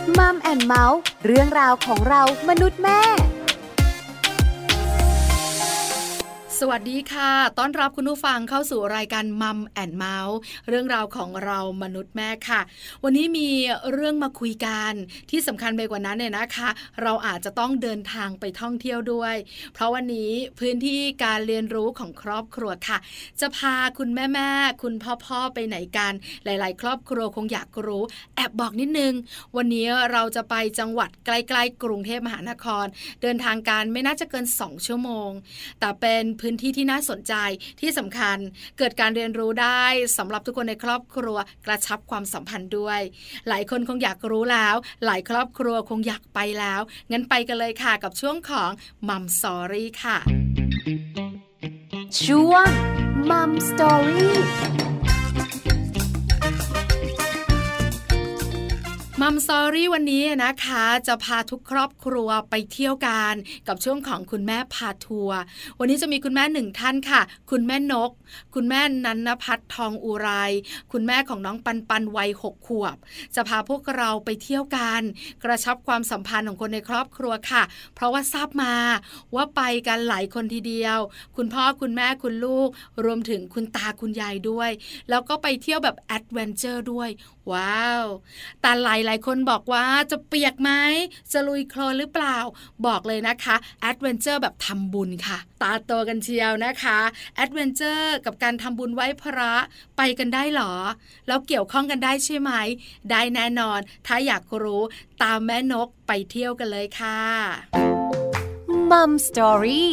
มัมแอนด์เมาส์เรื่องราวของเรามนุษย์แม่สวัสดีค่ะต้อนรับคุณผู้ฟังเข้าสู่รายการมัมแอนด์เมาส์เรื่องราวของเรามนุษย์แม่ค่ะวันนี้มีเรื่องมาคุยกันที่สำคัญไปกว่านั้นเนี่ยนะคะเราอาจจะต้องเดินทางไปท่องเที่ยวด้วยเพราะวันนี้พื้นที่การเรียนรู้ของครอบครัวค่ะจะพาคุณแม่ๆคุณพ่อๆไปไหนกันหลายๆครอบครัวคงอยากรู้แอบบอกนิดนึงวันนี้เราจะไปจังหวัดใกล้ๆกรุงเทพมหานครเดินทางกันไม่น่าจะเกิน2 ชั่วโมงแต่เป็นพื้นที่ที่น่าสนใจที่สำคัญเกิดการเรียนรู้ได้สำหรับทุกคนในครอบครัวกระชับความสัมพันธ์ด้วยหลายคนคงอยากรู้แล้วหลายครอบครัวคงอยากไปแล้วงั้นไปกันเลยค่ะกับช่วงของมัมสตอรี่ค่ะช่วงมัมสตอรี่มัมสตอรี่วันนี้นะคะจะพาทุกครอบครัวไปเที่ยวกันกับช่วงของคุณแม่พาทัวร์วันนี้จะมีคุณแม่หนึ่งท่านค่ะคุณแม่นกคุณแม่นันนภัทรทองอุไรคุณแม่ของน้องปันปันวัย6 ขวบจะพาพวกเราไปเที่ยวกันกระชับความสัมพันธ์ของคนในครอบครัวค่ะเพราะว่าทราบมาว่าไปกันหลายคนทีเดียวคุณพ่อคุณแม่คุณลูกรวมถึงคุณตาคุณยายด้วยแล้วก็ไปเที่ยวแบบแอดเวนเจอร์ด้วยว้าวแต่หลายคนบอกว่าจะเปียกไหมจะลุยโคลนหรือเปล่าบอกเลยนะคะแอดเวนเจอร์แบบทำบุญค่ะตาโตกันเชียวนะคะแอดเวนเจอร์กับการทำบุญไหว้พระไปกันได้หรอแล้วเกี่ยวข้องกันได้ใช่ไหมได้แน่นอนถ้าอยากรู้ตามแม่นกไปเที่ยวกันเลยค่ะมัมสตอรี่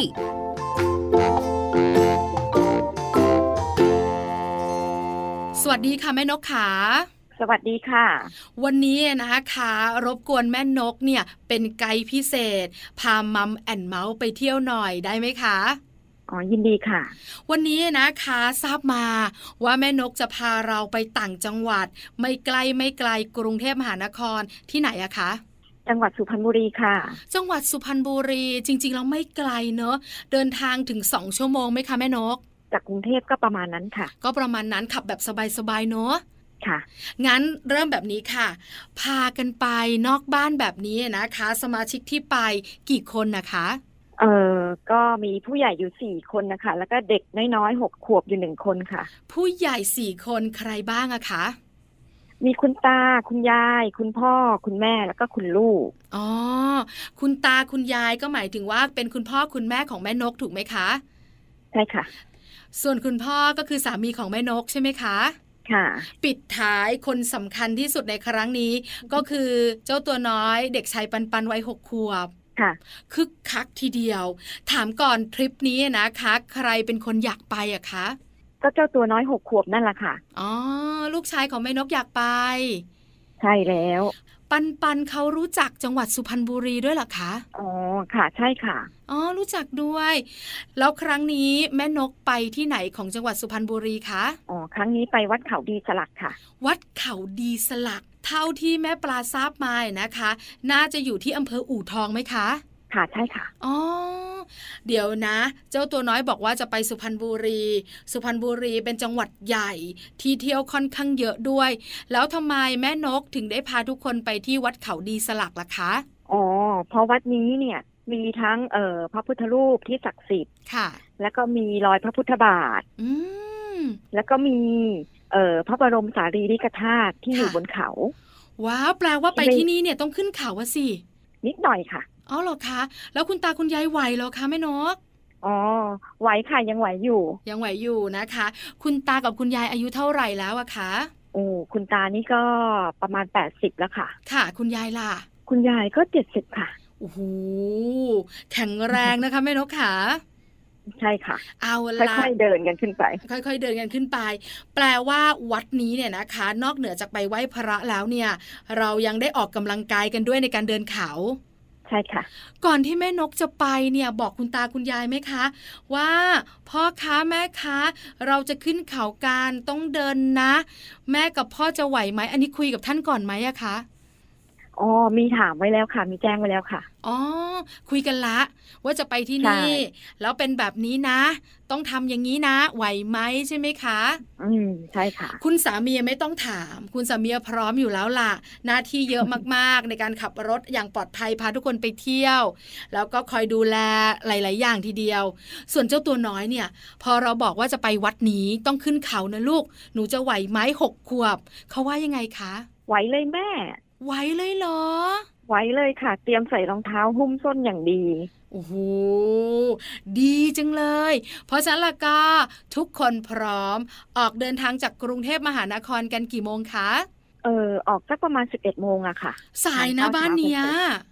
สวัสดีค่ะแม่นกขาสวัสดีค่ะวันนี้นะคะรบกวนแม่นกเนี่ยเป็นไกด์พิเศษพามัมแอนด์เมาส์ไปเที่ยวหน่อยได้ไหมคะอ๋อยินดีค่ะวันนี้นะคะทราบมาว่าแม่นกจะพาเราไปต่างจังหวัดไม่ไกลกรุงเทพมหานครที่ไหนอะคะจังหวัดสุพรรณบุรีค่ะจังหวัดสุพรรณบุรีจริงๆแล้วไม่ไกลเนอะเดินทางถึง2 ชั่วโมงไหมคะแม่นกจากกรุงเทพก็ประมาณนั้นค่ะก็ประมาณนั้นขับแบบสบายๆเนอะค่ะงั้นเริ่มแบบนี้ค่ะพากันไปนอกบ้านแบบนี้นะคะสมาชิกที่ไปกี่คนนะคะก็มีผู้ใหญ่อยู่4 คนนะคะแล้วก็เด็กน้อยๆ6 ขวบอยู่1 คนค่ะผู้ใหญ่4 คนใครบ้างอะคะมีคุณตาคุณยายคุณพ่อคุณแม่แล้วก็คุณลูกอ๋อคุณตาคุณยายก็หมายถึงว่าเป็นคุณพ่อคุณแม่ของแม่นกถูกไหมคะใช่ค่ะส่วนคุณพ่อก็คือสามีของแม่นกใช่ไหมคะค่ะปิดท้ายคนสำคัญที่สุดในครั้งนี้ก็คือเจ้าตัวน้อยเด็กชายปันปันวัย6 ขวบค่ะคึกคักทีเดียวถามก่อนทริปนี้นะคะใครเป็นคนอยากไปอะคะก็เจ้าตัวน้อย6 ขวบนั่นแหละค่ะอ๋อลูกชายของแม่นกอยากไปใช่แล้วปันปันเขารู้จักจังหวัดสุพรรณบุรีด้วยเหรอคะอ๋อค่ะใช่ค่ะอ๋อรู้จักด้วยแล้วครั้งนี้แม่นกไปที่ไหนของจังหวัดสุพรรณบุรีคะอ๋อครั้งนี้ไปวัดเขาดีสลักค่ะวัดเขาดีสลักเท่าที่แม่ปลาทราบมานะคะน่าจะอยู่ที่อำเภออู่ทองไหมคะค่ะใช่ค่ะอ๋อเดี๋ยวนะเจ้าตัวน้อยบอกว่าจะไปสุพรรณบุรีสุพรรณบุรีเป็นจังหวัดใหญ่ที่เที่ยวค่อนข้างเยอะด้วยแล้วทำไมแม่นกถึงได้พาทุกคนไปที่วัดเขาดีสลักล่ะคะอ๋อเพราะวัดนี้เนี่ยมีทั้งพระพุทธรูปที่ศักดิ์สิทธิ์ค่ะแล้วก็มีรอยพระพุทธบาทแล้วก็มีพระบรมสารีริกธาตุที่อยู่บนเขาว้าวแปลว่าไปที่นี่เนี่ยต้องขึ้นเขาอะสินิดหน่อยค่ะอ๋อเหรอคะแล้วคุณตาคุณยายไหวเหรอคะแม่นกอ๋อไหวค่ะยังไหวอยู่นะคะคุณตากับคุณยายอายุเท่าไหร่แล้วอะคะโอ้คุณตานี่ก็ประมาณ80แล้วค่ะค่ะคุณยายล่ะคุณยายก็70ค่ะโอ้โหแข็งแรงนะคะแม่นกขาใช่ค่ะเอาล่ะค่อยๆเดินกันขึ้นไปค่อยๆเดินกันขึ้นไปแปลว่าวัดนี้เนี่ยนะคะนอกเหนือจากไปไหว้พระแล้วเนี่ยเรายังได้ออกกำลังกายกันด้วยในการเดินเขาใช่ค่ะก่อนที่แม่นกจะไปเนี่ยบอกคุณตาคุณยายไหมคะว่าพ่อคะแม่คะเราจะขึ้นเขากันต้องเดินนะแม่กับพ่อจะไหวไหมอันนี้คุยกับท่านก่อนไหมอะคะอ๋อ๋อมีถามไว้แล้วค่ะมีแจ้งไว้แล้วค่ะอ๋อคุยกันละว่าจะไปที่นี่แล้วเป็นแบบนี้นะต้องทำอย่างนี้นะไหวไหมใช่ไหมคะใช่ค่ะคุณสามีไม่ต้องถามคุณสามีพร้อมอยู่แล้วล่ะหน้าที่เยอะมากๆในการขับรถอย่างปลอดภัยพาทุกคนไปเที่ยวแล้วก็คอยดูแลหลายๆอย่างทีเดียวส่วนเจ้าตัวน้อยเนี่ยพอเราบอกว่าจะไปวัดนี้ต้องขึ้นเขานะลูกหนูจะไหวไหม6 ขวบเขาว่ายังไงคะไหวเลยแม่ไหวเลยเหรอไหวเลยค่ะเตรียมใส่รองเท้าหุ้มส้นอย่างดีโอ้โหดีจังเลยเพราะฉะนั้นล่ะก็ทุกคนพร้อมออกเดินทางจากกรุงเทพมหานครกันกี่โมงคะออกสักประมาณ11 โมงอะค่ะสายนะบ้านเนี้ย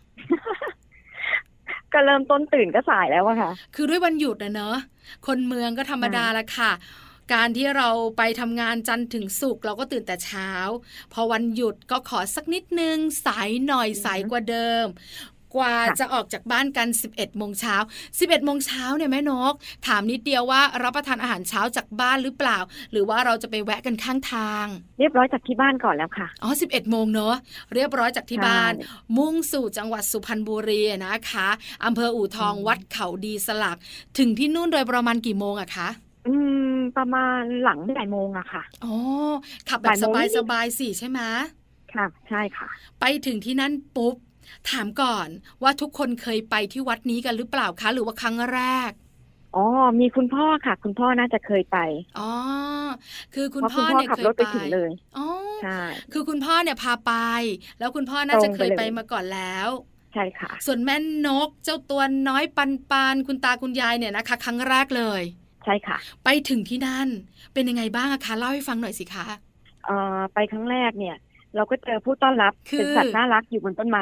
ก็เริ่มต้นตื่นก็สายแล้วอะค่ะคือด้วยวันหยุดนะเนอะคนเมืองก็ธรรมดาละค่ะการที่เราไปทำงานจันทร์ถึงศุกร์เราก็ตื่นแต่เช้าพอวันหยุดก็ขอสักนิดนึงสายหน่อยสายกว่าเดิมกว่าจะออกจากบ้านกัน11 โมงเช้า11 โมงเช้าเนี่ยแม่นกถามนิดเดียวว่ารับประทานอาหารเช้าจากบ้านหรือเปล่าหรือว่าเราจะไปแวะกันข้างทางเรียบร้อยจากที่บ้านก่อนแล้วค่ะอ๋อ11 โมงเนอะเรียบร้อยจากที่บ้านมุ่งสู่จังหวัดสุพรรณบุรีนะคะอำเภออู่ทองวัดเขาดีสลักถึงที่นู่นโดยประมาณกี่โมงอะคะประมาณหลังบ่ายโมงอะค่ะอ๋อขับแบบสบายๆสิใช่ไหมค่ะใช่ค่ะไปถึงที่นั่นปุ๊บถามก่อนว่าทุกคนเคยไปที่วัดนี้กันหรือเปล่าคะหรือว่าครั้งแรกอ๋อมีคุณพ่อค่ะคุณพ่อน่าจะเคยไปอ๋อคือคุณพ่อเนี่ยขับรถไปถึงเลยอ๋อใช่คือคุณพ่อเนี่ยพาไปแล้วคุณพ่อน่าจะเคยไปมาก่อนแล้วใช่ค่ะส่วนแม่นกเจ้าตัวน้อยปันคุณตาคุณยายเนี่ยนะคะครั้งแรกเลยใช่ค่ะไปถึงที่นั่นเป็นยังไงบ้างอะคะเล่าให้ฟังหน่อยสิคะไปครั้งแรกเนี่ยเราก็เจอผู้ต้อนรับเป็นสัตว์น่ารักอยู่บนต้นไม้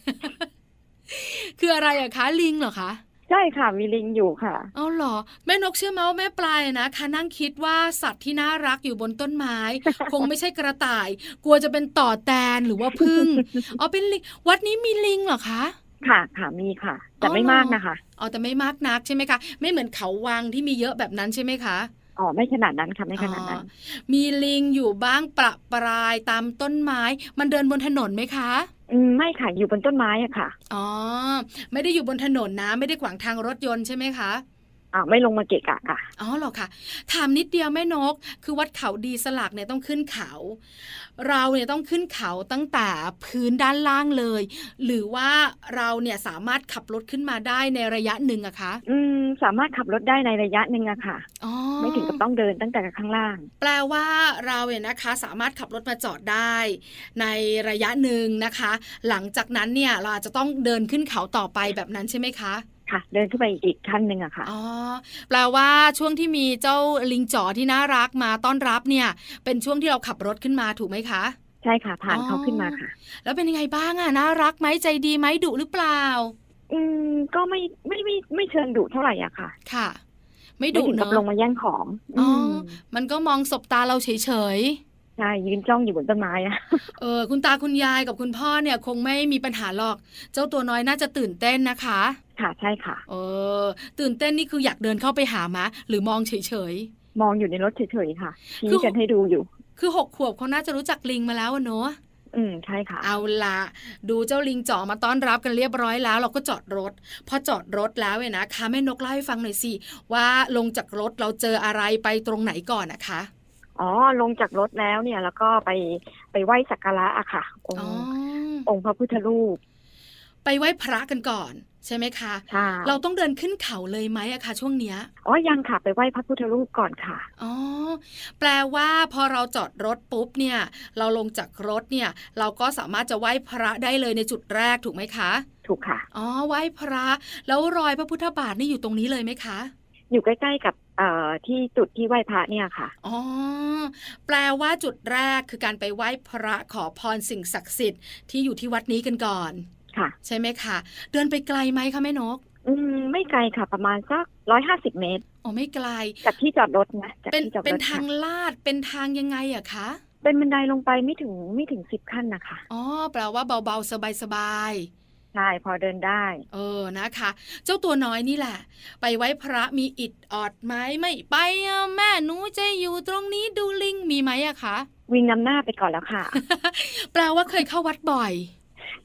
คืออะไรอะคะลิงเหรอคะใช่ค่ะมีลิงอยู่ค่ะเอาเหรอแม่นกเชื่อไหมว่าแม่ปลายนะคะนั่งคิดว่าสัตว์ที่น่ารักอยู่บนต้นไม้ คงไม่ใช่กระต่ายกลัวจะเป็นต่อแตนหรือว่าผึ้งอ๋อเป็นลิงวัดนี้มีลิงเหรอคะค่ะมีค่ะแต่ไม่มากนะคะอ๋อแต่ไม่มากนักใช่ไหมคะไม่เหมือนเขาวังที่มีเยอะแบบนั้นใช่ไหมคะอ๋อไม่ขนาดนั้นค่ะไม่ขนาดนั้นมีลิงอยู่บ้างประปรายตามต้นไม้มันเดินบนถนนไหมคะไม่ค่ะอยู่บนต้นไม้อะค่ะอ๋อไม่ได้อยู่บนถนนนะไม่ได้ขวางทางรถยนต์ใช่ไหมคะไม่ลงมาเกะกะค่ะอ๋อเหรอคะถามนิดเดียวแม่นกคือวัดเขาดีสลักเนี่ยต้องขึ้นเขาเราเนี่ยต้องขึ้นเขาตั้งแต่พื้นด้านล่างเลยหรือว่าเราเนี่ยสามารถขับรถขึ้นมาได้ในระยะหนึ่งอะคะสามารถขับรถได้ในระยะหนึ่งอะค่ะไม่ถึงกับต้องเดินตั้งแต่ข้างล่างแปลว่าเราเนี่ยนะคะสามารถขับรถมาจอดได้ในระยะหนึ่งนะคะหลังจากนั้นเนี่ยเราอาจจะต้องเดินขึ้นเขาต่อไปแบบนั้นใช่ไหมคะค่ะเดินขึ้นไปอีกขั้นหนึ่งอะค่ะอ๋อแปลว่าช่วงที่มีเจ้าลิงจ๋อที่น่ารักมาต้อนรับเนี่ยเป็นช่วงที่เราขับรถขึ้นมาถูกไหมคะใช่ค่ะผ่านเขาขึ้นมาค่ะแล้วเป็นยังไงบ้างอะน่ารักไหมใจดีไหมดุหรือเปล่าก็ไม่เชิงดุเท่าไหร่อะค่ะค่ะไม่ดุเนอะลงมาแย่งของมันก็มองสบตาเราเฉยใช่ยืนจ้องอยู่บนต้นไม้อะคุณตาคุณยายกับคุณพ่อเนี่ยคงไม่มีปัญหาหรอกเจ้าตัวน้อยน่าจะตื่นเต้นนะคะค่ะใช่ค่ะตื่นเต้นนี่คืออยากเดินเข้าไปหามะหรือมองเฉยมองอยู่ในรถเฉยๆค่ะชี้กันให้ดูอยู่คือ6 ขวบเขาน่าจะรู้จักลิงมาแล้วเนอะใช่ค่ะเอาละดูเจ้าลิงจ๋อมาต้อนรับกันเรียบร้อยแล้วเราก็จอดรถพอจอดรถแล้วเนี่ยนะคะแม่นกเล่าให้ฟังหน่อยสิว่าลงจากรถเราเจออะไรไปตรงไหนก่อนนะคะลงจากรถแล้วเนี่ยแล้วก็ไปไหว้สักการะอะค่ะองค์พระพุทธรูปไปไหว้พระกันก่อนใช่ไหมคะใช่เราต้องเดินขึ้นเขาเลยไหมอะคะช่วงเนี้ยยังค่ะไปไหว้พระพุทธรูปก่อนค่ะแปลว่าพอเราจอดรถปุ๊บเนี่ยเราลงจากรถเนี่ยเราก็สามารถจะไหว้พระได้เลยในจุดแรกถูกไหมคะถูกค่ะไหว้พระแล้วรอยพระพุทธบาทนี่อยู่ตรงนี้เลยไหมคะอยู่ใกล้ๆกับที่จุดที่ไหว้พระเนี่ยค่ะแปลว่าจุดแรกคือการไปไหว้พระขอพรสิ่งศักดิ์สิทธิ์ที่อยู่ที่วัดนี้กันก่อนค่ะใช่ไหมคะเดินไปไกลไหมคะแม่นกไม่ไกลค่ะประมาณสัก150 เมตรไม่ไกลจากที่จอดรถนะเป็นทางลาดเป็นทางยังไงอะคะเป็นบันไดลงไปไม่ถึง10 ขั้นนะคะแปลว่าเบาๆสบายใช่พอเดินได้นะคะเจ้าตัวน้อยนี่แหละไปไหว้พระมีอิฐออดไหมไม่ไปแม่หนูจะอยู่ตรงนี้ดูลิงมีไหมอะคะวิ่งนำหน้าไปก่อนแล้วค่ะแปลว่าเคยเข้าวัดบ่อย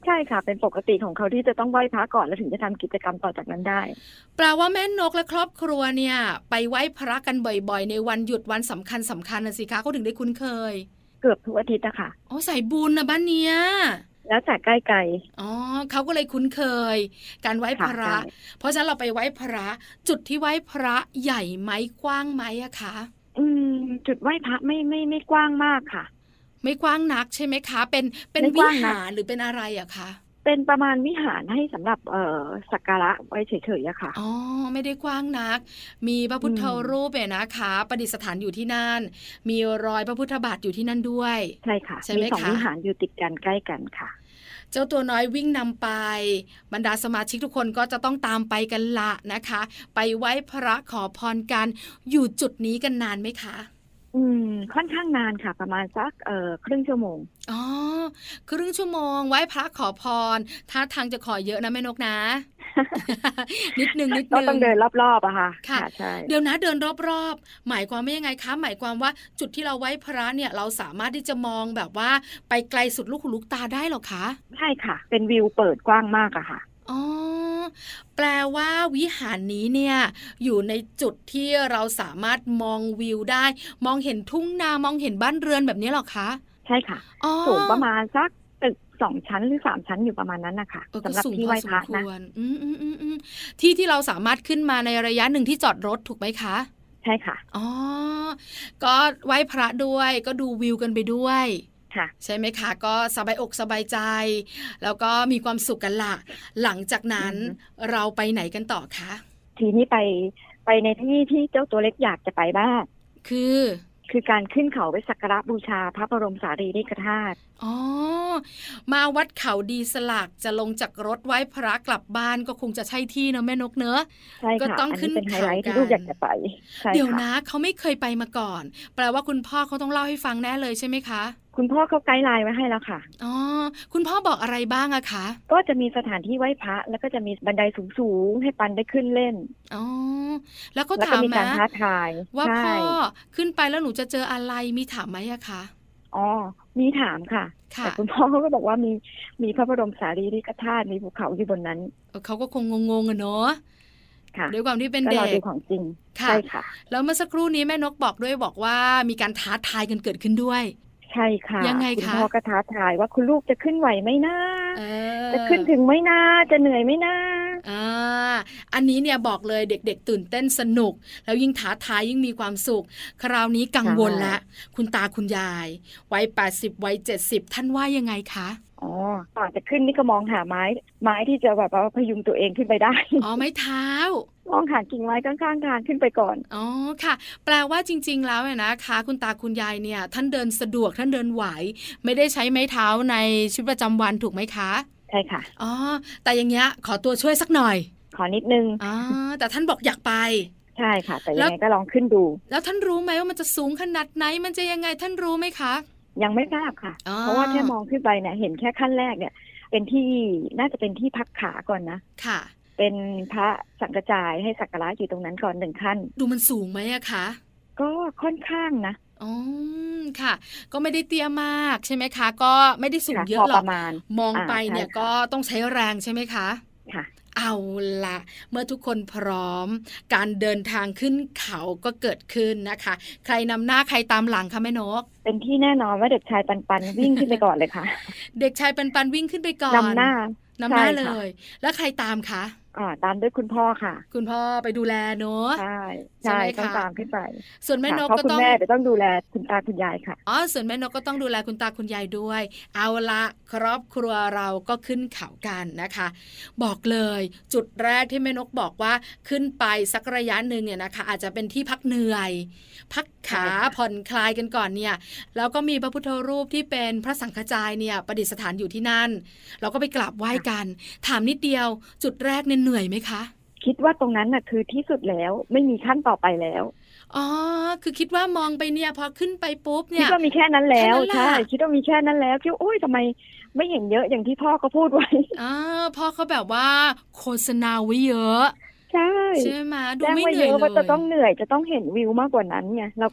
ใช่ค่ะเป็นปกติของเขาที่จะต้องไหว้พระก่อนแล้วถึงจะทำกิจกรรมต่อจากนั้นได้แปลว่าแม่นกและครอบครัวเนี่ยไปไหว้พระกันบ่อยๆในวันหยุดวันสำคัญน่ะสิคะเขาถึงได้คุ้นเคยเกือบทุกอาทิตย์อะค่ะอ๋อสายบุญนะบ้านเนี้ยแล้วแต่ใกล้ไกลอ๋อเขาก็เลยคุ้นเคยการไหว้พระเพราะฉะนั้นเราไปไหว้พระจุดที่ไหว้พระใหญ่ไหมกว้างไหมอะคะจุดไหว้พระไม่กว้างมากค่ะไม่กว้างนักใช่ไหมคะเป็นวิหารหรือเป็นอะไรอะคะเป็นประมาณวิหารให้สำหรับสักการะไว้เฉยๆอะค่ะอ๋อไม่ได้กว้างนักมีพระพุทธรูปเนี่ยนะคะประดิษฐานอยู่ที่นั่นมีรอยพระพุทธบาทอยู่ที่นั่นด้วยใช่ค่ะมี2วิหารอยู่ติดกันใกล้กันค่ะเจ้าตัวน้อยวิ่งนำไปบรรดาสมาชิกทุกคนก็จะต้องตามไปกันละนะคะไปไหว้พระขอพรกันอยู่จุดนี้กันนานไหมคะค่อนข้างนานค่ะประมาณสักครึ่งชั่วโมงอ๋อครึ่งชั่วโมงไหว้พระขอพรท่าทางจะขอเยอะนะแม่นกนะ นิดนึงก็ต้องเดินรอบๆอะค่ะค่ะใช่เดี๋ยวนะเดินรอบๆหมายความว่ายังไงคะหมายความว่าจุดที่เราไหว้พระเนี่ยเราสามารถที่จะมองแบบว่าไปไกลสุดลูกหูลูกตาได้หรอคะใช่ค่ะเป็นวิวเปิดกว้างมากอะค่ะอ๋อแปลว่าวิหารนี้เนี่ยอยู่ในจุดที่เราสามารถมองวิวได้มองเห็นทุ่งนามองเห็นบ้านเรือนแบบนี้หรอคะใช่ค่ะสูงประมาณสักตึก2 ชั้นหรือ3 ชั้นอยู่ประมาณนั้นนะคะสำหรับที่ไหว้พระนะที่เราสามารถขึ้นมาในระยะหนึ่งที่จอดรถถูกไหมคะใช่ค่ะอ๋อก็ไหว้พระด้วยก็ดูวิวกันไปด้วยใช่ไหมคะก็สบายอกสบายใจแล้วก็มีความสุขกันละหลังจากนั้นเราไปไหนกันต่อคะทีนี้ไปในที่เจ้าตัวเล็กอยากจะไปบ้างคือการขึ้นเขาไปสักการะบูชาพระบรมสารีริกธาตุอ๋อมาวัดเขาดีสลักจะลงจากรถไหว้พระกลับบ้านก็คงจะใช่ที่เนอะแม่นกเนอะก็ต้องขึ้นเขาที่ลูกอยากจะไปเดี๋ยวนะเขาไม่เคยไปมาก่อนแปลว่าคุณพ่อเขาต้องเล่าให้ฟังแน่เลยใช่ไหมคะคุณพ่อเขาไกด์ไลน์ไว้ให้แล้วค่ะอ๋อคุณพ่อบอกอะไรบ้างอะคะก็จะมีสถานที่ไหว้พระแล้วก็จะมีบันไดสูงๆให้ปันได้ขึ้นเล่นอ๋อแล้วก็ถามมีการท้าทายว่าพ่อขึ้นไปแล้วหนูจะเจออะไรมีถามไหมอะคะอ๋อมีถามค่ะแต่คุณพ่อเขาก็บอกว่ามีพระบรมสารีริกธาตุมีภูเขาอยู่บนนั้นเขาก็คงงงๆอะเนาะด้วยความที่เป็นเด็กก็ดูของจริงใช่ค่ะแล้วเมื่อสักครู่นี้แม่นกบอกด้วยบอกว่ามีการท้าทายกันเกิดขึ้นด้วยใช่ค่ะยังไงคะคุณพ่อก็ท้าทายว่าคุณลูกจะขึ้นไหวไหมนะจะขึ้นถึงไหมนะจะเหนื่อยไหมนะอันนี้เนี่ยบอกเลยเด็กๆตื่นเต้นสนุกแล้วยิ่งท้าทายยิ่งมีความสุขคราวนี้กังวลละคุณตาคุณยายวัย80วัย70ท่านว่ายังไงคะอ๋อก่อนจะขึ้นนี่ก็มองหาไม้ที่จะแบบว่าพยุงตัวเองขึ้นไปได้อ๋อไม้เท้ามองหากิ่งไม้ข้างๆทางขึ้นไปก่อนอ๋อค่ะแปลว่าจริงๆแล้วเนี่ยนะคะคุณตาคุณยายเนี่ยท่านเดินสะดวกท่านเดินไหวไม่ได้ใช้ไม้เท้าในชีวิตประจำวันถูกไหมคะใช่ค่ะอ๋อแต่อย่างเงี้ยขอตัวช่วยสักหน่อยขอนิดนึงอ๋อแต่ท่านบอกอยากไปใช่ค่ะแต่ยังไงก็ลองขึ้นดูแล้วท่านรู้ไหมว่ามันจะสูงขนาดไหนมันจะยังไงท่านรู้ไหมคะยังไม่ทราบค่ะเพราะว่าแค่มองขึ้นไปเนี่ยเห็นแค่ขั้นแรกเนี่ยเป็นที่น่าจะเป็นที่พักขาก่อนนะค่ะเป็นพระสังฆจายให้สักการะอยู่ตรงนั้นก่อน1 ขั้นดูมันสูงไหมอะคะก็ค่อนข้างนะอ๋อค่ะก็ไม่ได้เตี้ยมากใช่ไหมคะก็ไม่ได้สูงเยอะหรอกมองไปเนี่ยก็ต้องใช้แรงใช่ไหมคะค่ะเอาละเมื่อทุกคนพร้อมการเดินทางขึ้นเขาก็เกิดขึ้นนะคะใครนำหน้าใครตามหลังคะแม่นกเป็นที่แน่นอนว่าเด็กชายปันวิ่งขึ้นไปก่อนเลยค่ะเด็กชายปันวิ่งขึ้นไปก่อนนำหน้าเลยแล้วใครตามคะตามด้วยคุณพ่อค่ะคุณพ่อไปดูแลเนอะใช่ต้องตามขึ้นไปส่วนแม่นกก็ต้องคุณแม่จะต้องดูแลคุณตาคุณยายค่ะส่วนแม่นกก็ต้องดูแลคุณตาคุณยายด้วยเอาละครอบครัวเราก็ขึ้นเขากันนะคะบอกเลยจุดแรกที่แม่นกบอกว่าขึ้นไปสักระยะนึงเนี่ยนะคะอาจจะเป็นที่พักเหนื่อยพักขาผ่อนคลายกันก่อนเนี่ยแล้วก็มีพระพุทธรูปที่เป็นพระสังฆจายเนี่ยประดิษฐานอยู่ที่นั่นเราก็ไปกราบไหว้กันถามนิดเดียวจุดแรกเนี่ยเหนื่อยไหมคะคิดว่าตรงนั้นน่ะคือที่สุดแล้วไม่มีขั้นต่อไปแล้วอ๋อคือคิดว่ามองไปเนี่ยพอขึ้นไปปุ๊บเนี่ยคิดว่ามีแค่นั้นแล้วใช่คิดว่ามีแค่นั้นแล้วคิดโอ๊ยทำไมไม่เห็นเยอะอย่างที่พ่อเขาพูดไว้พ่อเขาแบบว่าโฆษณาไว้เยอะใช่ไหมดูไม่เหนื่อยเลยว่าจะต้องเหนื่อยจะต้องเห็นวิวมากกว่านั้นไงเราก็บอก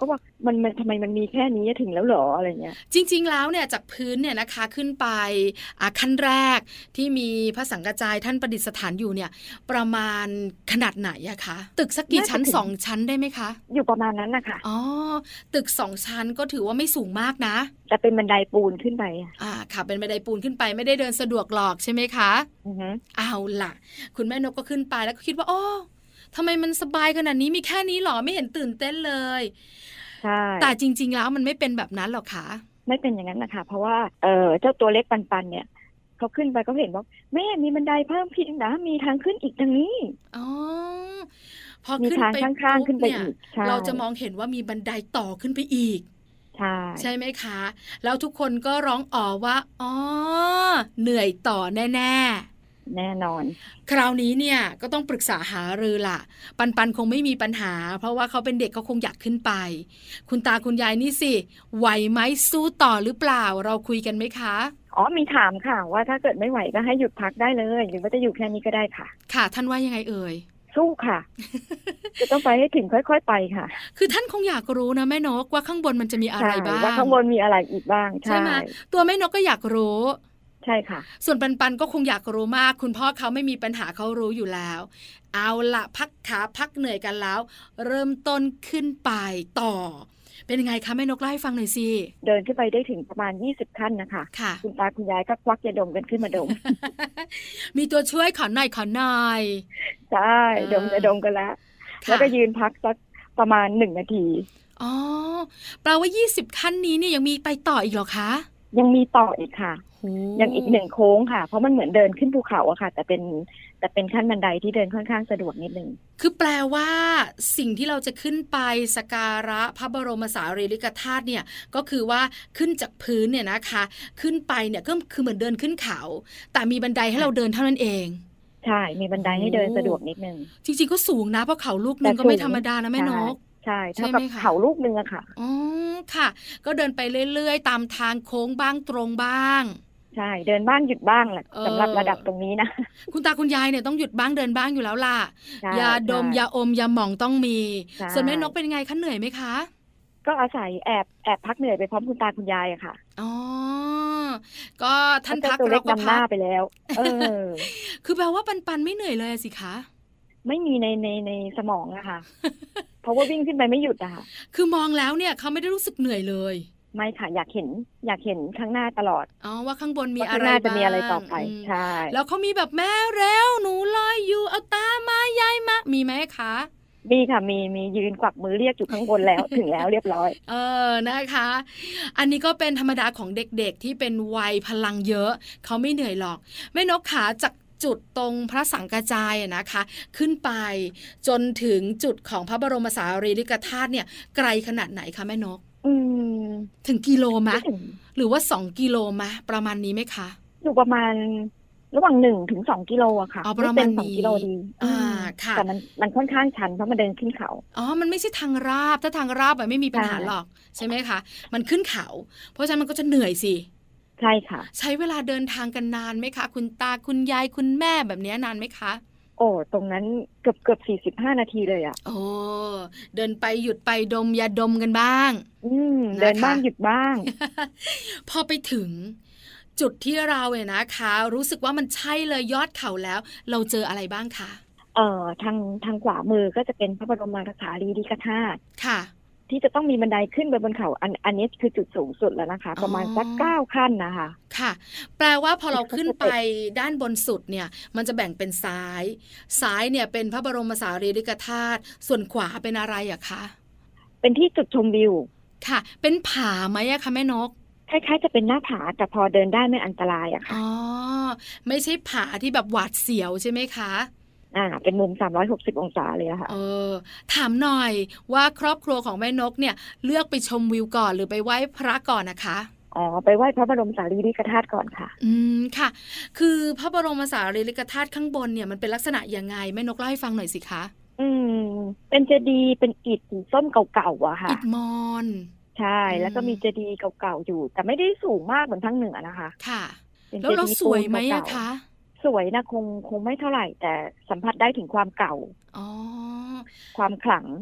มันทำไมมันมีแค่นี้ถึงแล้วหรออะไรเงี้ยจริงๆแล้วเนี่ยจากพื้นเนี่ยนะคะขึ้นไปขั้นแรกที่มีพระสังฆจายท่านประดิษฐานอยู่เนี่ยประมาณขนาดไหนอะคะตึกสักกี่ชั้น2ชั้นได้ไหมคะอยู่ประมาณนั้นนะคะอ๋อตึก2ชั้นก็ถือว่าไม่สูงมากนะแต่เป็นบันไดปูนขึ้นไปค่ะเป็นบันไดปูนขึ้นไปไม่ได้เดินสะดวกหรอกใช่ไหมคะเอาล่ะคุณแม่นกก็ขึ้นไปแล้วก็คิดว่าโอ้ทำไมมันสบายขนาดนี้มีแค่นี้หรอไม่เห็นตื่นเต้นเลยใช่แต่จริงๆแล้วมันไม่เป็นแบบนั้นหรอกค่ะไม่เป็นอย่างนั้นนะคะเพราะว่าเจ้าตัวเล็กปันเนี่ยเขาขึ้นไปเขาเห็นว่าแม่มีบันไดเพิ่มขึ้นนะมีทางขึ้นอีกทางนี้อ๋อพอขึ้นไปข้างๆขึ้นไปอีกเราจะมองเห็นว่ามีบันไดต่อขึ้นไปอีกใช่ไหมคะแล้วทุกคนก็ร้องอ๋อว่าอ๋อเหนื่อยต่อแน่แน่นอนคราวนี้เนี่ยก็ต้องปรึกษาหารือล่ะปันคงไม่มีปัญหาเพราะว่าเขาเป็นเด็กเขาคงอยากขึ้นไปคุณตาคุณยายนี่สิไหวไหมสู้ต่อหรือเปล่าเราคุยกันไหมคะอ๋อมีถามค่ะว่าถ้าเกิดไม่ไหวก็ให้หยุดพักได้เลยหรือว่าจะอยู่แค่นี้ก็ได้ค่ะค่ะท่านว่ายังไงเอ่ยสู้ค่ะ จะต้องไปให้ถึงค่อยๆไปค่ะคือท่านคงอยากรู้นะแม่นกว่าข้างบนมันจะมีอะไรบ้างว่าข้างบนมีอะไรอีกบ้างใช่ไหมตัวแม่นกก็อยากรู้ใช่ค่ะส่วนปันก็คงอยากรู้มากคุณพ่อเขาไม่มีปัญหาเขารู้อยู่แล้วเอาละพักขาพักเหนื่อยกันแล้วเริ่มต้นขึ้นไปต่อเป็นยังไงคะแม่นกเล่าให้ฟังหน่อยสิเดินขึ้นไปได้ถึงประมาณ20ขั้นนะคะคุณตาคุณยายก็ควักยาดมกันขึ้นมาดมมีตัวช่วยขอหน่อยใช่ดมยาดมกันแล้วแล้วก็ยืนพักสักประมาณ1 นาทีอ๋อแปลว่า20ขั้นนี้เนี่ยยังมีไปต่ออีกเหรอคะยังมีต่ออีกค่ะยังอีก1โค้งค่ะเพราะมันเหมือนเดินขึ้นภูเขาอะค่ะแต่เป็นขั้นบันไดที่เดินค่อนข้างสะดวกนิดนึงคือแปลว่าสิ่งที่เราจะขึ้นไปสักการะพระบรมสารีริกธาตุเนี่ยก็คือว่าขึ้นจากพื้นเนี่ยนะคะขึ้นไปเนี่ยก็คือเหมือนเดินขึ้นเขาแต่มีบันไดให้เราเดินเท่านั้นเองใช่มีบันไดให้เดินสะดวกนิดนึงจริงๆก็สูงนะเพราะเขาลูกนึงก็ไม่ธรรมดานะแม่นกใช่เท่ากับเขาลูกนึงอะค่ะอ๋อค่ะก็เดินไปเรื่อยๆตามทางโค้งบ้างตรงบ้างใช่เดินบ้างหยุดบ้างแหละสำหรับระดับตรงนี้นะคุณตาคุณยายเนี่ยต้องหยุดบ้างเดินบ้างอยู่แล้วล่ะยาดมยาอมยาหม่องต้องมีส่วนแม่นกเป็นไงคะเหนื่อยไหมคะก็อาศัยแอบพักเหนื่อยไปพร้อมคุณตาคุณยายอะค่ะอ๋อก็ท่านพักเราก็พักหน้าไปแล้วคือแปลว่าปันไม่เหนื่อยเลยสิคะไม่มีในสมองอะค่ะเพราะว่าวิ่งขึ้นไปไม่หยุดอะค่ะคือมองแล้วเนี่ยเขาไม่ได้รู้สึกเหนื่อยเลยไม่ค่ะอยากเห็นข้างหน้าตลอดอ๋อว่าข้างบนมีอะไรบ้างจะมีอะไรต่อไปใช่แล้วเขามีแบบแม่เร็วหนูลอยอยู่เอาตามายายมามีไหมคะมีค่ะมียืนกวักมือเรียกอยู่ข้างบนแล้ว ถึงแล้วเรียบร้อยนะคะอันนี้ก็เป็นธรรมดาของเด็กๆที่เป็นวัยพลังเยอะเขาไม่เหนื่อยหรอกแม่นกขาจากจุดตรงพระสังฆจายนะคะขึ้นไปจนถึงจุดของพระบรมสารีริกธาตุเนี่ยไกลขนาดไหนคะแม่นกถึงกิโลไหมหรือว่า2 กิโลไหมประมาณนี้ไหมคะอยู่ประมาณระหว่าง1 ถึง 2 กิโลอะค่ะประมาณ2 กิโลดีค่ะแต่มันค่อนข้างชันเพราะมันเดินขึ้นเขามันไม่ใช่ทางราบถ้าทางราบไม่มีปัญหาหรอกใช่ไหมคะมันขึ้นเขาเพราะฉะนั้นมันก็จะเหนื่อยสิใช่ค่ะใช้เวลาเดินทางกันนานไหมคะคุณตาคุณยายคุณแม่แบบนี้นานไหมคะโอ้ตรงนั้นเกือบ45 นาทีเลยอะโอ้เดินไปหยุดไปดมยาดมกันบ้างเดินบ้างหยุดบ้างพอไปถึงจุดที่เราเนี่ยนะคะรู้สึกว่ามันใช่เลยยอดเขาแล้วเราเจออะไรบ้างคะทางขวามือก็จะเป็นพระบรมสารีริกธาตุค่ะที่จะต้องมีบันไดขึ้นไปบนเขาอันนี้คือจุดสูงสุดแล้วนะคะประมาณสัก9 ขั้นนะคะค่ะแปลว่าพอเราขึ้นไปด้านบนสุดเนี่ยมันจะแบ่งเป็นซ้ายเนี่ยเป็นพระบรมสารีริกธาตุส่วนขวาเป็นอะไรอะคะเป็นที่จุดชมวิวค่ะเป็นผาไหมอะคะแม่นกคล้ายๆจะเป็นหน้าผาแต่พอเดินได้ไม่อันตรายอะค่ะไม่ใช่ผาที่แบบหวาดเสียวใช่ไหมคะเป็นมุม360 องศาเลยค่ะถามหน่อยว่าครอบครัวของแม่นกเนี่ยเลือกไปชมวิวก่อนหรือไปไหว้พระก่อนนะคะไปไหว้พระบรมสารีริกธาตุก่อนค่ะค่ะคือพระบรมสารีริกธาตุข้างบนเนี่ยมันเป็นลักษณะยังไงแม่นกเล่าให้ฟังหน่อยสิคะเป็นเจดีย์เป็นอิฐสีส้มเก่าๆอะค่ะอิฐมอนใช่แล้วก็มีเจดีย์เก่าๆอยู่แต่ไม่ได้สูงมากเหมือนทางเหนือนะคะค่ะแล้วเราสวยไหมอะคะสวยนะคงไม่เท่าไหร่แต่สัมผัสได้ถึงความเก่าความขลัง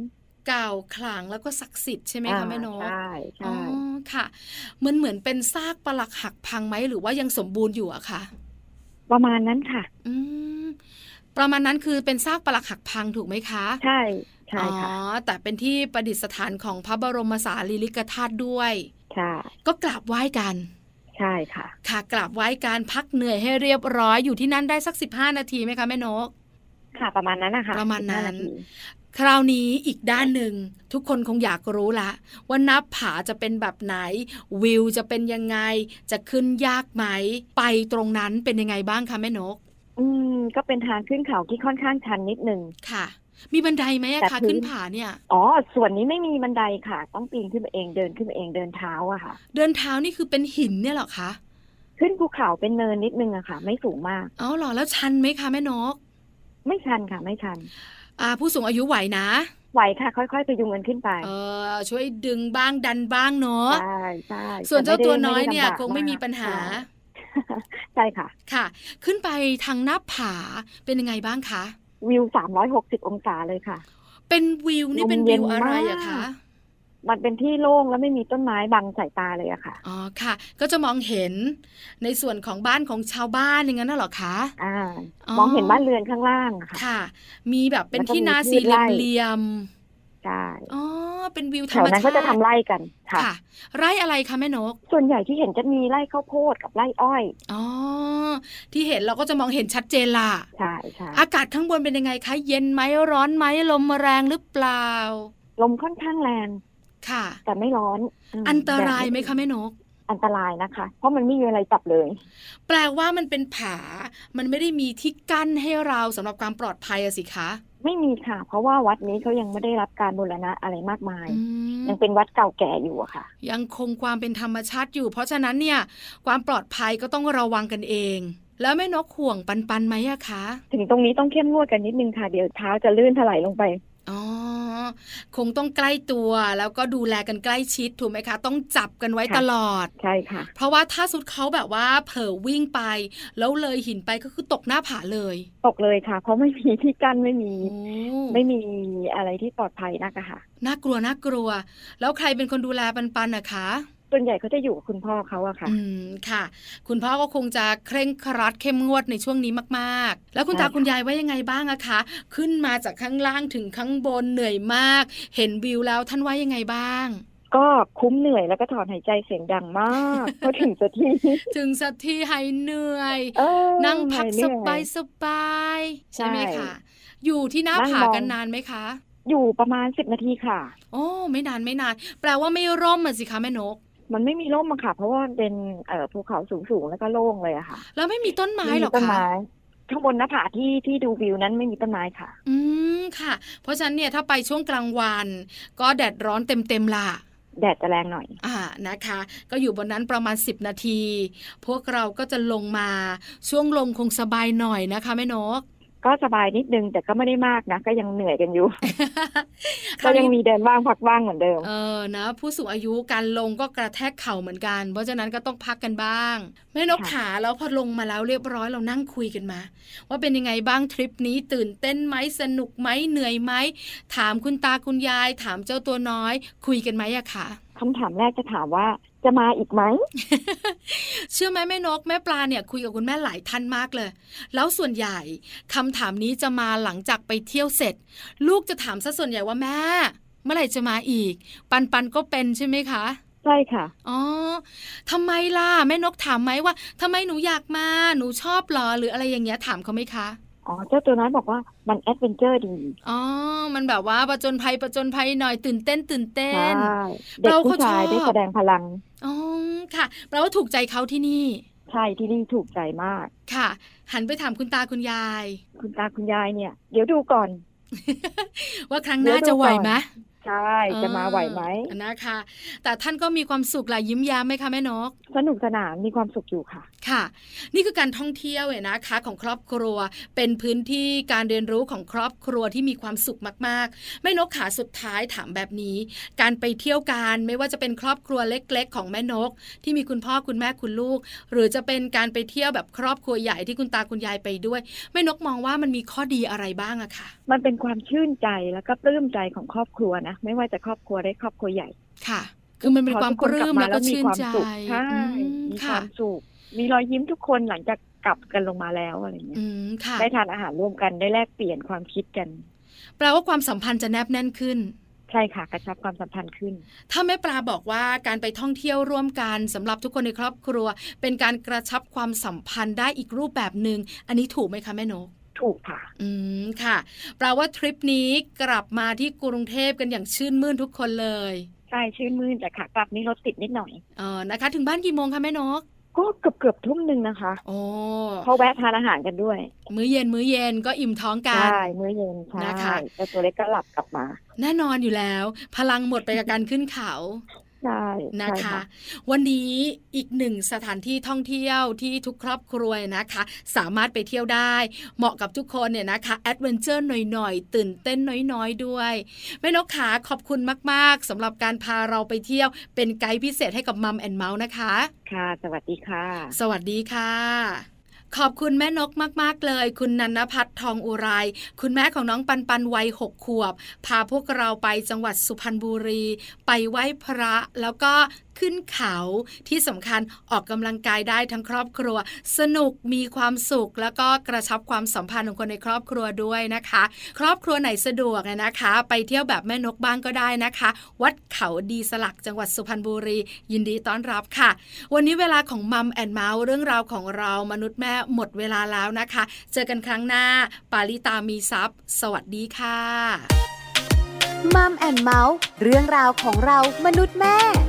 เก่าขลังแล้วก็ศักดิ์สิทธิ์ใช่ไหมคะแม่นกใช่ใช่ค่ะเหมือนเป็นซากปรักหักพังไหมหรือว่ายังสมบูรณ์อยู่อะคะประมาณนั้นค่ะประมาณนั้นคือเป็นซากปรักหักพังถูกไหมคะใช่ใช่ค่ะแต่เป็นที่ประดิษฐานของพระบรมสารีริกธาตุด้วยใช่ก็กราบไหว้กันใช่ค่ะค่ะกราบไหว้การพักเหนื่อยให้เรียบร้อยอยู่ที่นั่นได้สัก15 นาทีไหมคะแม่นกค่ะประมาณนั้นนะคะประมาณนั้นคราวนี้อีกด้านหนึ่งทุกคนคงอยากรู้ละว่าหน้าผาจะเป็นแบบไหนวิวจะเป็นยังไงจะขึ้นยากไหมไปตรงนั้นเป็นยังไงบ้างคะแม่นกก็เป็นทางขึ้นเขาที่ค่อนข้างชันนิดนึงค่ะมีบันไดไหมคะขึ้นผาเนี่ยส่วนนี้ไม่มีบันไดค่ะต้องปีนขึ้นไปเองเดินขึ้นไปเองเดินเท้าอะค่ะเดินเท้านี่คือเป็นหินเนี่ยหรอคะขึ้นภูเขาเป็นเนินนิดนึงอะค่ะไม่สูงมากหรอแล้วชันไหมคะแม่นกไม่ชันค่ะไม่ชันผู้สูงอายุไหวนะไหวค่ะค่อยๆพยุงกันขึ้นไปช่วยดึงบ้างดันบ้างเนาะใช่ใช่ส่วนเจ้าตัวน้อยเนี่ยคงไม่มีปัญหาใช่ค่ะค่ะขึ้นไปทางหน้าผาเป็นยังไงบ้างคะวิว360องศาเลยค่ะเป็นวิวนี่เป็นวิวอะไรอะคะมันเป็นที่โล่งแล้วไม่มีต้นไม้บังสายตาเลยอะค่ะค่ะก็จะมองเห็นในส่วนของบ้านของชาวบ้านอย่างนั้นน่ะหรอคะมองเห็นบ้านเรือนข้างล่างค่ะมีแบบเป็นที่นาสี่เหลี่ยมใช่เป็นวิวธรรมชาติแถวนั้นก็จะทำไร่กันค่ะไร่อะไรคะแม่นกส่วนใหญ่ที่เห็นจะมีไร่ข้าวโพดกับไร่อ้อยที่เห็นเราก็จะมองเห็นชัดเจนล่ะใช่ใช่อากาศข้างบนเป็นยังไงคะเย็นไหมร้อนไหมลมแรงหรือเปล่าลมค่อนข้างแรงค่ะแต่ไม่ร้อนอันตรายไหมคะแม่นกอันตรายนะคะเพราะมันไม่มีอะไรจับเลยแปลว่ามันเป็นผามันไม่ได้มีที่กั้นให้เราสำหรับความปลอดภัยอะสิคะไม่มีค่ะเพราะว่าวัดนี้เขายังไม่ได้รับการบูรณะอะไรมากมายยังเป็นวัดเก่าแก่อยู่อะค่ะยังคงความเป็นธรรมชาติอยู่เพราะฉะนั้นเนี่ยความปลอดภัยก็ต้องระวังกันเองแล้วแม่นกห่วงปันไหมอะคะถึงตรงนี้ต้องเข้มงวดกันนิดนึงค่ะเดี๋ยวเท้าจะลื่นถลายลงไปคงต้องใกล้ตัวแล้วก็ดูแลกันใกล้ชิดถูกไหมคะต้องจับกันไว้ตลอดใช่ค่ะเพราะว่าถ้าสุดเขาแบบว่าเผลอวิ่งไปแล้วเลยหินไปก็คือตกหน้าผาเลยตกเลยค่ะเพราะไม่มีที่กั้นไม่มีอะไรที่ปลอดภัยนักค่ะน่ากลัวแล้วใครเป็นคนดูแลปันนะคะส่วนใหญ่เขาจะอยู่กับคุณพ่อเขาอะค่ะค่ะคุณพ่อก็คงจะเคร่งครัดเข้มงวดในช่วงนี้มากๆแล้วคุณตาคุณยายว่ายังไงบ้างอะคะขึ้นมาจากข้างล่างถึงข้างบนเหนื่อยมากเห็นวิวแล้วท่านว่ายังไงบ้างก็คุ้มเหนื่อยแล้วก็ถอนหายใจเสียงดังมากพอถึงสักทีหายเหนื่อยนั่งพักสบายใช่ไหมคะอยู่ที่หน้าผากันนานไหมคะอยู่ประมาณ10 นาทีค่ะไม่นานแปลว่าไม่ร่มอ่ะสิคะแม่นกมันไม่มีร่มอะค่ะเพราะว่าเป็นภูเขาสูงๆแล้วก็โล่งเลยอะค่ะแล้วไม่มีต้นไม้หรอคะข้างบนหน้าผาที่ดูวิวนั้นไม่มีต้นไม้ค่ะค่ะเพราะฉะนั้นเนี่ยถ้าไปช่วงกลางวันก็แดดร้อนเต็มล่ะแดดจะแรงหน่อยนะคะก็อยู่บนนั้นประมาณ10 นาทีพวกเราก็จะลงมาช่วงลงคงสบายหน่อยนะคะแม่นกก็สบายนิดนึงแต่ก็ไม่ได้มากนะก็ยังเหนื่อยกันอยู่ ก็ยังมีเดินบ้างพักบ้างเหมือนเดิมนะผู้สูงอายุการลงก็กระแทกเข่าเหมือนกันเพราะฉะนั้นก็ต้องพักกันบ้างแม่นกขาแล้วพอลงมาแล้วเรียบร้อยเรานั่งคุยกันมาว่าเป็นยังไงบ้างทริปนี้ตื่นเต้นไหมสนุกไหมเหนื่อยไหมถามคุณตาคุณยายถามเจ้าตัวน้อยคุยกันไหมอะคะคำถามแรกจะถามว่าจะมาอีกไหมเชื่อไหมแม่นกแม่ปลาเนี่ยคุยกับคุณแม่หลายท่านมากเลยแล้วส่วนใหญ่คำถามนี้จะมาหลังจากไปเที่ยวเสร็จลูกจะถามซะส่วนใหญ่ว่าแม่เมื่อไหร่จะมาอีกปันก็เป็นใช่ไหมคะใช่ค่ะทำไมล่ะแม่นกถามไหมว่าทำไมหนูอยากมาหนูชอบหรอหรืออะไรอย่างเงี้ยถามเขาไหมคะเจ้าตัวน้อยบอกว่ามันแอดเวนเจอร์ดีมันแบบว่าผจญภัยหน่อยตื่นเต้นเด็กผู้ชายได้แสดงพลังค่ะแปลว่าถูกใจเขาที่นี่ใช่ที่นี่ถูกใจมากค่ะหันไปถามคุณตาคุณยายเนี่ยเดี๋ยวดูก่อนว่าครั้งหน้าจะไหวไหมใช่จะมาไหวไหมนะคะแต่ท่านก็มีความสุขหลายยิ้มแย้มไหมคะแม่นกสนุกสนานมีความสุขอยู่ค่ะค่ะนี่คือการท่องเที่ยวนะคะของครอบครัวเป็นพื้นที่การเรียนรู้ของครอบครัวที่มีความสุขมากๆแม่นกขาสุดท้ายถามแบบนี้การไปเที่ยวกันไม่ว่าจะเป็นครอบครัวเล็กๆของแม่นกที่มีคุณพ่อคุณแม่คุณลูกหรือจะเป็นการไปเที่ยวแบบครอบครัวใหญ่ที่คุณตาคุณยายไปด้วยแม่นกมองว่ามันมีข้อดีอะไรบ้างอะค่ะมันเป็นความชื่นใจแล้วก็ปลื้มใจของครอบครัวนะนะไม่ว่าจะครอบครัวได้ครอบครัวใหญ่ค่ะคือมันเป็นความปลื้มแล้วก็ชื่นใจใช่มีความสุขมีรอยยิ้มทุกคนหลังจากกลับกันลงมาแล้วอะไรเงี้ยได้ทานอาหารร่วมกันได้แลกเปลี่ยนความคิดกันแปลว่าความสัมพันธ์จะแนบแน่นขึ้นใช่ค่ะกระชับความสัมพันธ์ขึ้นถ้าแม่ปลาบอกว่าการไปท่องเที่ยวร่วมกันสำหรับทุกคนในครอบครัวเป็นการกระชับความสัมพันธ์ได้อีกรูปแบบนึงอันนี้ถูกไหมคะแม่นกถูกค่ะค่ะแปลว่าทริปนี้กลับมาที่กรุงเทพกันอย่างชื่นมื่นทุกคนเลยใช่ชื่นมื่นแต่ค่ะกลับนี้รถติดนิดหน่อยนะคะถึงบ้านกี่โมงคะแม่นกก็เกือบทุ่มนึงนะคะโอ้เขาแวะทานอาหารกันด้วยมื้อเย็นก็อิ่มท้องกันใช่มื้อเย็นใช่นะคะแต่ตัวเล็กก็หลับกลับมาแน่นอนอยู่แล้วพลังหมดไปกับการขึ้นเขาใช่นะคะวันนี้อีกหนึ่งสถานที่ท่องเที่ยวที่ทุกครอบครัวนะคะสามารถไปเที่ยวได้เหมาะกับทุกคนเนี่ยนะคะแอดเวนเจอร์หน่อยๆตื่นเต้นน้อยๆด้วยแม่นกขาขอบคุณมากๆสำหรับการพาเราไปเที่ยวเป็นไกด์พิเศษให้กับมัมแอนด์เมาส์นะคะค่ะสวัสดีค่ะสวัสดีค่ะขอบคุณแม่นกมากๆเลยคุณนันทภัทรทองอุไรคุณแม่ของน้องปันวัย6 ขวบพาพวกเราไปจังหวัดสุพรรณบุรีไปไหว้พระแล้วก็ขึ้นเขาที่สำคัญออกกำลังกายได้ทั้งครอบครัวสนุกมีความสุขแล้วก็กระชับความสัมพันธ์ของคนในครอบครัวด้วยนะคะครอบครัวไหนสะดวกนะคะไปเที่ยวแบบแม่นกบ้างก็ได้นะคะวัดเขาดีสลักจังหวัดสุพรรณบุรียินดีต้อนรับค่ะวันนี้เวลาของมัมแอนด์เมาส์เรื่องราวของเรามนุษย์แม่หมดเวลาแล้วนะคะเจอกันครั้งหน้าปาริตามีทรัพย์สวัสดีค่ะมัมแอนด์เมาส์เรื่องราวของเรามนุษย์แม่